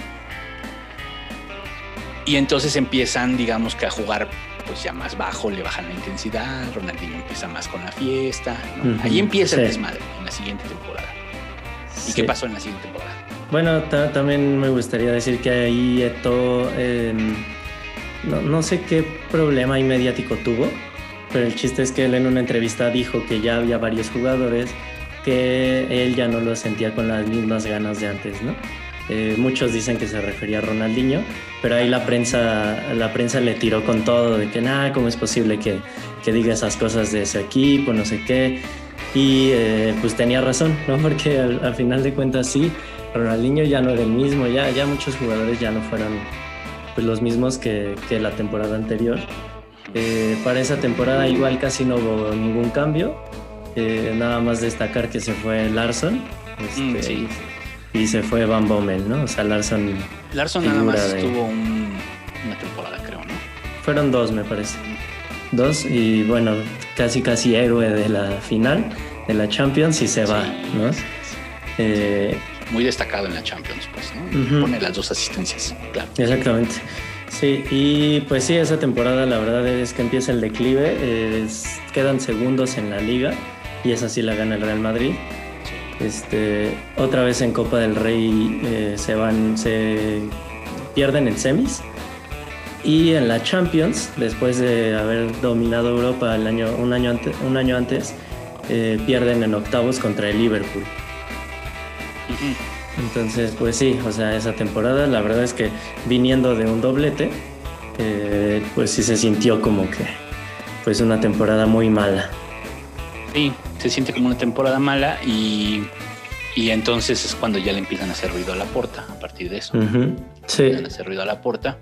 [SPEAKER 2] y entonces empiezan, digamos que a jugar pues ya más bajo, le bajan la intensidad, Ronaldinho empieza más con la fiesta, ¿no? Uh-huh. Ahí empieza sí. el desmadre en la siguiente temporada. ¿Y sí. qué pasó en la siguiente temporada?
[SPEAKER 3] Bueno, t- también me gustaría decir que ahí Eto'o, eh, no, no sé qué problema mediático tuvo, pero el chiste es que él en una entrevista dijo que ya había varios jugadores que él ya no lo sentía con las mismas ganas de antes, ¿no? Eh, muchos dicen que se refería a Ronaldinho, pero ahí la prensa, la prensa le tiró con todo, de que nada, ¿cómo es posible que, que diga esas cosas de ese equipo, no sé qué? Y eh, pues tenía razón, ¿no? Porque al, al final de cuentas sí, Ronaldinho ya no era el mismo, ya, ya muchos jugadores ya no fueron pues, los mismos que, que la temporada anterior. Eh, para esa temporada igual casi no hubo ningún cambio, eh, nada más destacar que se fue Larsson, este,
[SPEAKER 2] mm, sí.
[SPEAKER 3] y se fue Van Bommel, ¿no? O sea, Larsson...
[SPEAKER 2] Larsson nada más de... estuvo un, una temporada, creo, ¿no?
[SPEAKER 3] Fueron dos, me parece. Dos, y bueno, casi casi héroe de la final, de la Champions, y se va, sí. ¿no?
[SPEAKER 2] Eh, Muy destacado en la Champions, pues, ¿no? Uh-huh. Pone las dos asistencias, claro.
[SPEAKER 3] Exactamente. Sí, y pues sí, esa temporada la verdad es que empieza el declive, es, quedan segundos en la Liga, y esa sí la gana el Real Madrid. Este, otra vez en Copa del Rey eh, se van, se pierden en semis, y en la Champions, después de haber dominado Europa el año, un, año ante, un año antes, eh, pierden en octavos contra el Liverpool. Uh-huh. Entonces, pues sí, o sea, esa temporada la verdad es que viniendo de un doblete, eh, pues sí se sintió como que pues una temporada muy mala.
[SPEAKER 2] Sí, se siente como una temporada mala y, y entonces es cuando ya le empiezan a hacer ruido a Laporta a partir de eso.
[SPEAKER 3] Uh-huh. Sí.
[SPEAKER 2] Empiezan a hacer ruido a Laporta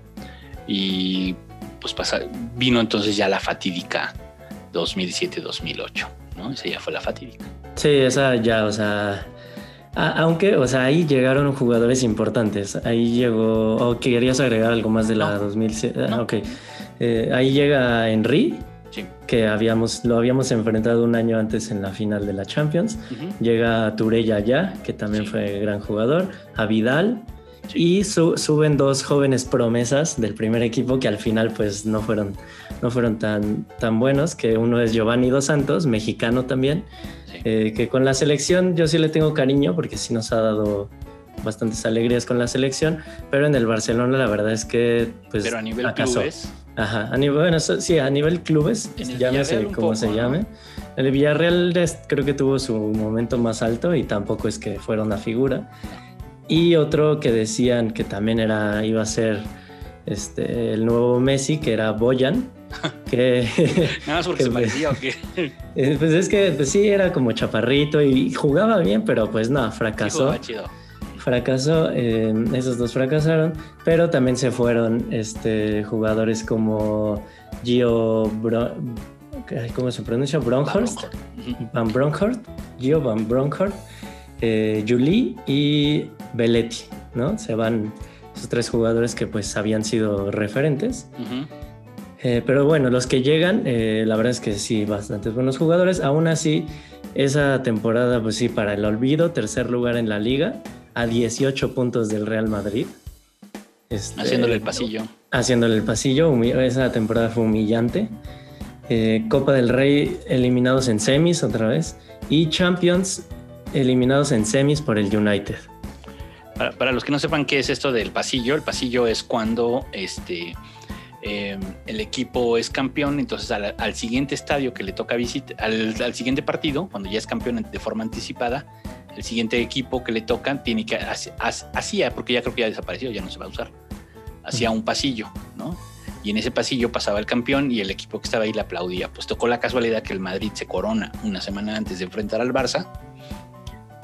[SPEAKER 2] y pues pasa, vino entonces ya la fatídica dos mil siete dos mil ocho, ¿no? Esa ya fue la fatídica.
[SPEAKER 3] Sí, esa ya, o sea, a, aunque, o sea, ahí llegaron jugadores importantes. Ahí llegó, ¿o oh, querías agregar algo más de la no. dos mil siete? No. Ah, ok. Eh, ahí llega Henry. Sí. Que habíamos, lo habíamos enfrentado un año antes en la final de la Champions. Uh-huh. Llega Touré Yaya, que también sí. fue gran jugador, a Vidal, sí. y su, suben dos jóvenes promesas del primer equipo que al final pues no fueron, no fueron tan, tan buenos, que uno es Giovanni Dos Santos, mexicano también, sí. eh, que con la selección yo sí le tengo cariño porque sí nos ha dado bastantes alegrías con la selección, pero en el Barcelona la verdad es que pues
[SPEAKER 2] pero a nivel
[SPEAKER 3] acasó.
[SPEAKER 2] Clubes.
[SPEAKER 3] Ajá, a nivel, bueno, sí, a nivel clubes, llámese como poco, se ¿no? llame. El Villarreal creo que tuvo su momento más alto y tampoco es que fuera una figura. Y otro que decían que también era, iba a ser este, el nuevo Messi, que era Boyan. Que,
[SPEAKER 2] Nada más porque
[SPEAKER 3] que,
[SPEAKER 2] se parecía o qué.
[SPEAKER 3] Pues es que pues sí, era como chaparrito y jugaba bien, pero pues no, fracasó.
[SPEAKER 2] Sí, jugaba chido.
[SPEAKER 3] Fracasó, eh, esos dos fracasaron, pero también se fueron este, jugadores como Gio Bro, ¿cómo se pronuncia? Bronkhorst, Van Bronckhorst, Gio Van Bronckhorst, eh, Juli y Belletti, ¿no? Se van esos tres jugadores que pues habían sido referentes. Uh-huh. Eh, pero bueno, los que llegan, eh, la verdad es que sí, bastantes buenos jugadores. Aún así, esa temporada, pues sí, para el olvido, tercer lugar en la Liga, a dieciocho puntos del Real Madrid. Este,
[SPEAKER 2] haciéndole el pasillo.
[SPEAKER 3] Haciéndole el pasillo. Esa temporada fue humillante. Eh, Copa del Rey eliminados en semis otra vez. Y Champions eliminados en semis por el United.
[SPEAKER 2] Para, para los que no sepan qué es esto del pasillo, el pasillo es cuando este, eh, el equipo es campeón, entonces al, al siguiente estadio que le toca visitar, al, al siguiente partido, cuando ya es campeón de forma anticipada, el siguiente equipo que le tocan tiene que hacía, porque ya creo que ya desapareció, ya no se va a usar, hacía un pasillo, ¿no? Y en ese pasillo pasaba el campeón y el equipo que estaba ahí le aplaudía. Pues tocó la casualidad que el Madrid se corona una semana antes de enfrentar al Barça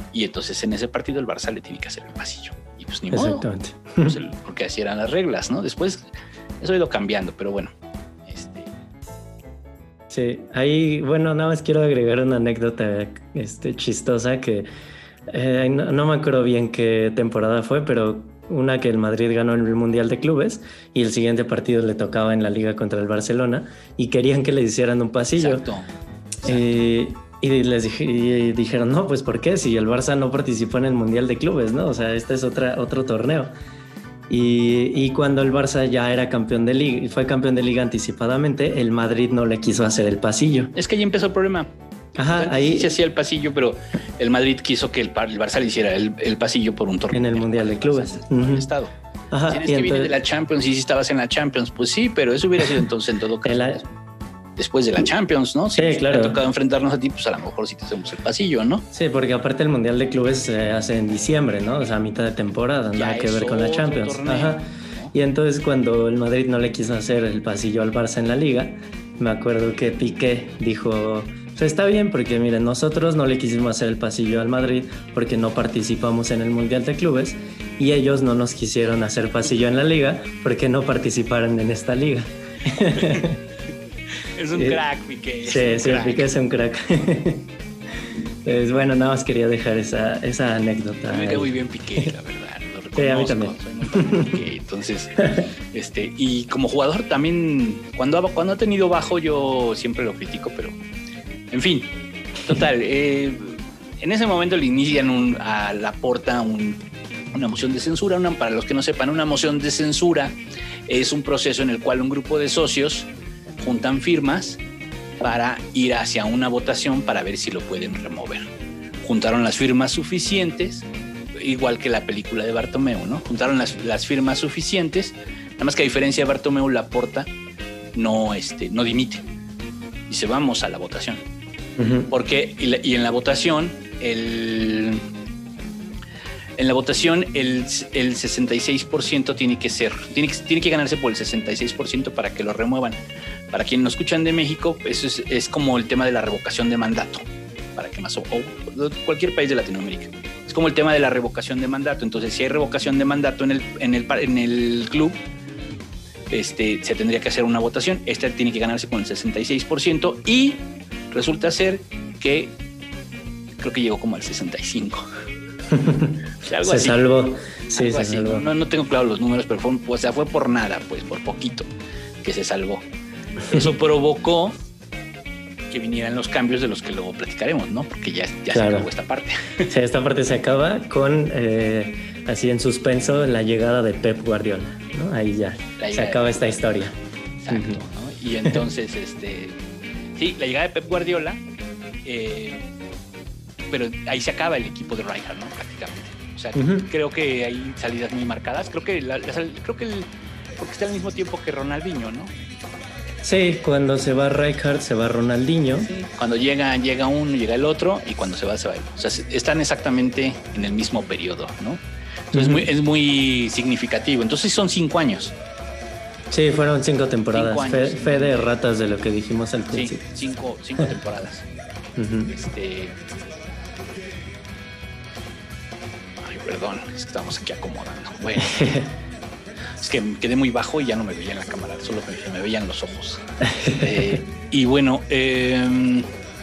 [SPEAKER 2] Y entonces en ese partido el Barça le tiene que hacer el pasillo. Y pues ni
[SPEAKER 3] Exactamente.
[SPEAKER 2] modo. Pues el, porque así eran las reglas, ¿no? Después eso ha ido cambiando, pero bueno. Este...
[SPEAKER 3] Sí, ahí, bueno, nada más quiero agregar una anécdota este, chistosa que eh, no, no me acuerdo bien qué temporada fue, pero una que el Madrid ganó en el Mundial de Clubes y el siguiente partido le tocaba en la Liga contra el Barcelona y querían que le hicieran un pasillo.
[SPEAKER 2] Exacto. Exacto.
[SPEAKER 3] Y, y les dije, y dijeron, no, pues ¿por qué? Si el Barça no participó en el Mundial de Clubes, ¿no? O sea, este es otra, otro torneo. Y, y cuando el Barça ya era campeón de Liga y fue campeón de Liga anticipadamente, el Madrid no le quiso hacer el pasillo.
[SPEAKER 2] Es que ahí empezó el problema.
[SPEAKER 3] Ajá,
[SPEAKER 2] Antes
[SPEAKER 3] ahí
[SPEAKER 2] sí se hacía el pasillo, pero el Madrid quiso que el, el Barça le hiciera el, el pasillo por un torneo.
[SPEAKER 3] en el Mundial de Clubes.
[SPEAKER 2] En el
[SPEAKER 3] Ujú.
[SPEAKER 2] estado.
[SPEAKER 3] Ajá,
[SPEAKER 2] Tienes
[SPEAKER 3] y
[SPEAKER 2] que
[SPEAKER 3] entonces,
[SPEAKER 2] viene de la Champions y si estabas en la Champions, pues sí, pero eso hubiera sido entonces en todo caso.
[SPEAKER 3] la,
[SPEAKER 2] Después de la Champions, ¿no? Si
[SPEAKER 3] Sí,
[SPEAKER 2] nos
[SPEAKER 3] claro.
[SPEAKER 2] hubiera tocado enfrentarnos a ti, pues a lo mejor sí te hacemos el pasillo, ¿no?
[SPEAKER 3] sí, porque aparte el Mundial de Clubes se hace en diciembre, ¿no? O sea, a mitad de temporada,
[SPEAKER 2] Ya
[SPEAKER 3] nada que
[SPEAKER 2] es
[SPEAKER 3] ver con la
[SPEAKER 2] otro
[SPEAKER 3] Champions.
[SPEAKER 2] torneo,
[SPEAKER 3] Ajá.
[SPEAKER 2] ¿no?
[SPEAKER 3] Y entonces cuando el Madrid no le quiso hacer el pasillo al Barça en la Liga, me acuerdo que Piqué dijo, o sea, está bien porque miren, nosotros no le quisimos hacer el pasillo al Madrid porque no participamos en el Mundial de Clubes y ellos no nos quisieron hacer pasillo en la Liga porque no participaron en esta liga.
[SPEAKER 2] Es un
[SPEAKER 3] Sí.
[SPEAKER 2] crack, Piqué. es
[SPEAKER 3] Sí,
[SPEAKER 2] un
[SPEAKER 3] sí,
[SPEAKER 2] crack.
[SPEAKER 3] Piqué es un crack. Pues bueno, nada más quería dejar esa, esa anécdota.
[SPEAKER 2] A mí me
[SPEAKER 3] ahí.
[SPEAKER 2] cae muy bien Piqué, la verdad. Lo reconozco,
[SPEAKER 3] Sí, a mí también.
[SPEAKER 2] soy muy fan de Piqué, entonces, este, y como jugador también, cuando ha, cuando ha tenido bajo, yo siempre lo critico, pero en fin, total. eh, en ese momento le inician un, a Laporta un, una moción de censura. Una, para los que no sepan, una moción de censura es un proceso en el cual un grupo de socios juntan firmas para ir hacia una votación para ver si lo pueden remover. Juntaron las firmas suficientes, igual que la película de Bartomeu, ¿no? Juntaron las, las firmas suficientes, nada más que a diferencia de Bartomeu, Laporta no, este, no dimite. Dice, vamos a la votación.
[SPEAKER 3] Ujú.
[SPEAKER 2] Porque, y, la, y en la votación, el... En la votación, el, el sesenta y seis por ciento tiene que ser, tiene que, tiene que ganarse por el sesenta y seis por ciento para que lo remuevan. Para quienes nos escuchan de México, eso es, es como el tema de la revocación de mandato. Para que más, o, o cualquier país de Latinoamérica. Es como el tema de la revocación de mandato. Entonces, si hay revocación de mandato en el, en el, en el club, este, se tendría que hacer una votación. Esta tiene que ganarse con el sesenta y seis por ciento y resulta ser que creo que llegó como al sesenta y cinco por ciento. O sea, algo
[SPEAKER 3] Se
[SPEAKER 2] así.
[SPEAKER 3] salvó. Sí,
[SPEAKER 2] Algo
[SPEAKER 3] se
[SPEAKER 2] así.
[SPEAKER 3] salvó.
[SPEAKER 2] No, no tengo claro los números, pero fue, o sea, fue por nada, pues, por poquito que se salvó. Eso provocó que vinieran los cambios de los que luego platicaremos, ¿no? Porque ya, ya
[SPEAKER 3] Claro.
[SPEAKER 2] se acabó esta parte.
[SPEAKER 3] Sí, esta parte se acaba con eh, así en suspenso la llegada de Pep Guardiola, ¿no? Ahí ya
[SPEAKER 2] La
[SPEAKER 3] se
[SPEAKER 2] llegada
[SPEAKER 3] acaba
[SPEAKER 2] de-
[SPEAKER 3] esta historia.
[SPEAKER 2] Exacto, ¿no? Y entonces, este, sí, la llegada de Pep Guardiola, eh, pero ahí se acaba el equipo de Rijkaard, ¿no? Prácticamente. O sea,
[SPEAKER 3] Ujú.
[SPEAKER 2] creo que hay salidas muy marcadas. Creo que, la, la sal- creo que el, porque está al mismo tiempo que Ronaldinho, ¿no?
[SPEAKER 3] Sí, cuando se va Rijkaard se va Ronaldinho.
[SPEAKER 2] Sí. Cuando llega, llega uno, llega el otro, y cuando se va, se va el otro. O sea, se- están exactamente en el mismo periodo, ¿no? Entonces
[SPEAKER 3] Ujú.
[SPEAKER 2] es, muy, es muy significativo. Entonces son cinco años.
[SPEAKER 3] Sí, fueron cinco temporadas.
[SPEAKER 2] Cinco
[SPEAKER 3] fe,
[SPEAKER 2] años.
[SPEAKER 3] fe de ratas de lo que dijimos al
[SPEAKER 2] Sí,
[SPEAKER 3] principio.
[SPEAKER 2] cinco, cinco temporadas.
[SPEAKER 3] Ujú.
[SPEAKER 2] Este. Ay, perdón, es que estamos aquí acomodando. Bueno, es que me quedé muy bajo y ya no me veía en la cámara, solo me, me veían los ojos. Eh, y bueno, eh,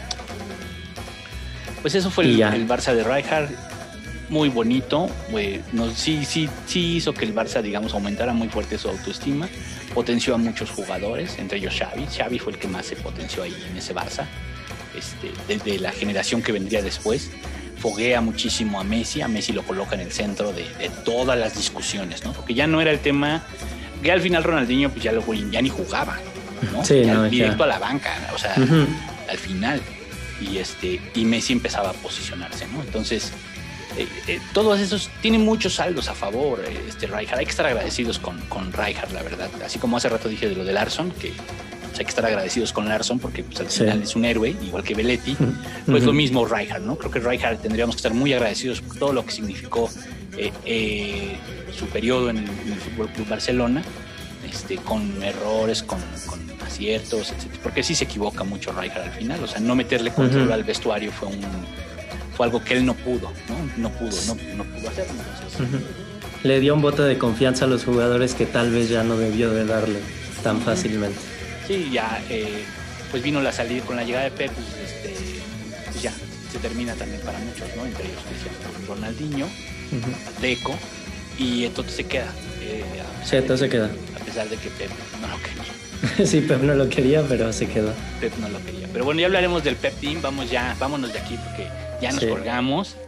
[SPEAKER 2] pues eso fue
[SPEAKER 3] Y
[SPEAKER 2] el,
[SPEAKER 3] ya.
[SPEAKER 2] el Barça de Rijkaard. Muy bonito, güey. No, sí, sí, sí hizo que el Barça, digamos, aumentara muy fuerte su autoestima. Potenció a muchos jugadores, entre ellos Xavi. Xavi fue el que más se potenció ahí en ese Barça. Este, desde la generación que vendría después, foguea muchísimo a Messi. A Messi lo coloca en el centro de, de todas las discusiones, ¿no? Porque ya no era el tema. Que al final Ronaldinho, pues ya, lo, ya ni jugaba, ¿no?
[SPEAKER 3] Sí,
[SPEAKER 2] ya
[SPEAKER 3] no,
[SPEAKER 2] directo
[SPEAKER 3] ya.
[SPEAKER 2] a la banca, o sea,
[SPEAKER 3] Ujú.
[SPEAKER 2] al final. Y este, y Messi empezaba a posicionarse, ¿no? Entonces, eh, eh, todos esos tienen muchos saldos a favor. eh, Este Rijkaard, hay que estar agradecidos con, con Rijkaard, la verdad. Así como hace rato dije de lo de Larsson, que pues, hay que estar agradecidos con Larsson porque pues, al
[SPEAKER 3] Sí.
[SPEAKER 2] final es un héroe, igual que Belletti. Pues
[SPEAKER 3] Ujú.
[SPEAKER 2] lo mismo Rijkaard, ¿no? Creo que Rijkaard tendríamos que estar muy agradecidos por todo lo que significó eh, eh, su periodo en el, en el Fútbol Club Barcelona, este, con errores, con, con aciertos, etcétera. Porque sí se equivoca mucho Rijkaard al final. O sea, no meterle control
[SPEAKER 3] Ujú.
[SPEAKER 2] al vestuario fue un fue algo que él no pudo, ¿no? No pudo, no, no pudo hacerlo. Entonces,
[SPEAKER 3] uh-huh. Le dio un voto de confianza a los jugadores que tal vez ya no debió de darle tan uh-huh. fácilmente.
[SPEAKER 2] Sí, ya, eh, pues vino la salida con la llegada de Pep, pues, este, pues ya se termina también para muchos, ¿no? Entre ellos Cristiano, Ronaldinho, uh-huh. Deco, y entonces se queda. Eh,
[SPEAKER 3] sí, entonces se queda.
[SPEAKER 2] A pesar de que Pep no lo quería.
[SPEAKER 3] Sí, Pep no lo quería, pero se quedó.
[SPEAKER 2] Pep no lo quería. Pero bueno, ya hablaremos del Pep Team. Vamos ya, vámonos de aquí porque ya nos sí. colgamos.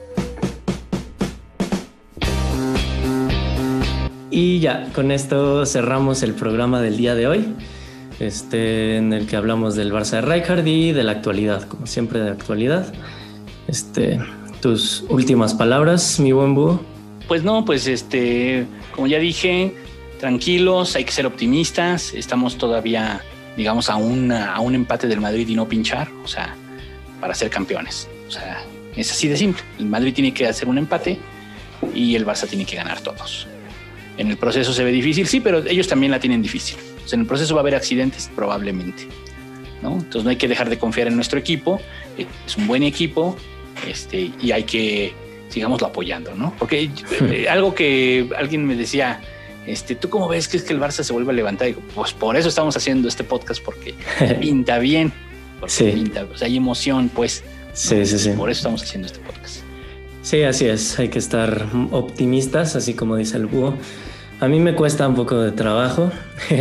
[SPEAKER 3] Y ya, con esto cerramos el programa del día de hoy, este, en el que hablamos del Barça de Rijkaard y de la actualidad, como siempre de actualidad. Este, tus últimas palabras, mi buen búho.
[SPEAKER 2] Pues no, pues este, como ya dije, tranquilos, hay que ser optimistas. Estamos todavía, digamos, a, una, a un empate del Madrid y no pinchar, o sea, para ser campeones. O sea, es así de simple. El Madrid tiene que hacer un empate y el Barça tiene que ganar todos. En el proceso se ve difícil, sí, pero ellos también la tienen difícil. O sea, en el proceso va a haber accidentes, probablemente, ¿no? Entonces no hay que dejar de confiar en nuestro equipo. Es un buen equipo, este, y hay que sigámoslo apoyando, ¿no? Porque eh, algo que alguien me decía, este, ¿tú cómo ves que es que el Barça se vuelve a levantar? Y digo, pues por eso estamos haciendo este podcast, porque pinta bien, porque sí. pinta, o sea, hay emoción, pues.
[SPEAKER 3] Sí,
[SPEAKER 2] ¿no?
[SPEAKER 3] sí, sí.
[SPEAKER 2] Por eso estamos haciendo este podcast.
[SPEAKER 3] Sí, así es. Hay que estar optimistas, así como dice el búho. A mí me cuesta un poco de trabajo.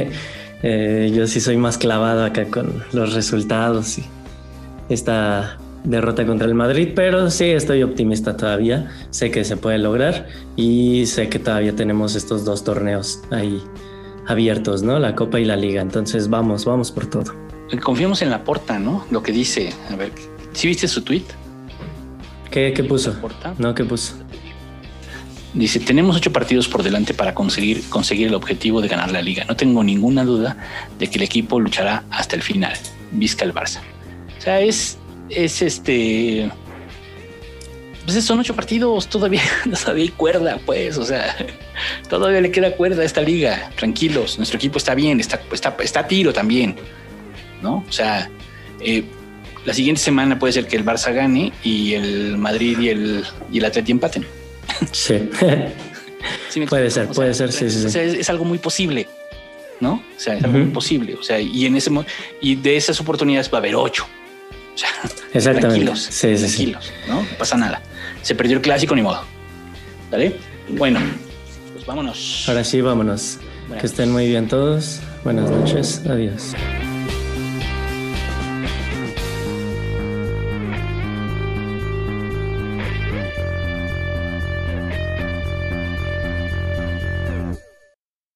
[SPEAKER 3] eh, yo sí soy más clavado acá con los resultados y esta derrota contra el Madrid, pero sí estoy optimista todavía. Sé que se puede lograr y sé que todavía tenemos estos dos torneos ahí abiertos, ¿no? La Copa y la Liga. Entonces vamos, vamos por todo.
[SPEAKER 2] Confiemos en Laporta, ¿no? Lo que dice. A ver, ¿sí viste su tweet?
[SPEAKER 3] ¿Qué, qué puso?
[SPEAKER 2] Laporta.
[SPEAKER 3] No, ¿qué puso?
[SPEAKER 2] Dice, tenemos ocho partidos por delante para conseguir, conseguir el objetivo de ganar la Liga. No tengo ninguna duda de que el equipo luchará hasta el final. Vizca el Barça. O sea, es, es este... Pues son ocho partidos, todavía, todavía hay cuerda, pues, o sea, todavía le queda cuerda a esta liga. Tranquilos, nuestro equipo está bien, está, está, está a tiro también, ¿no? O sea, eh, la siguiente semana puede ser que el Barça gane y el Madrid y el, y el Atleti empaten.
[SPEAKER 3] Sí. ¿Sí puede ser, o puede sea, ser, sí, sí.
[SPEAKER 2] O sea, es, es algo muy posible, ¿no? O sea, es algo uh-huh. muy posible. O sea, y en ese y de esas oportunidades va a haber ocho. O sea,
[SPEAKER 3] exactamente.
[SPEAKER 2] Tranquilos,
[SPEAKER 3] sí, sí,
[SPEAKER 2] tranquilos,
[SPEAKER 3] sí.
[SPEAKER 2] ¿no? No pasa nada. Se perdió el clásico, ni modo. ¿Vale? Bueno, pues vámonos.
[SPEAKER 3] Ahora sí, vámonos. Buenas. Que estén muy bien todos. Buenas noches. Adiós.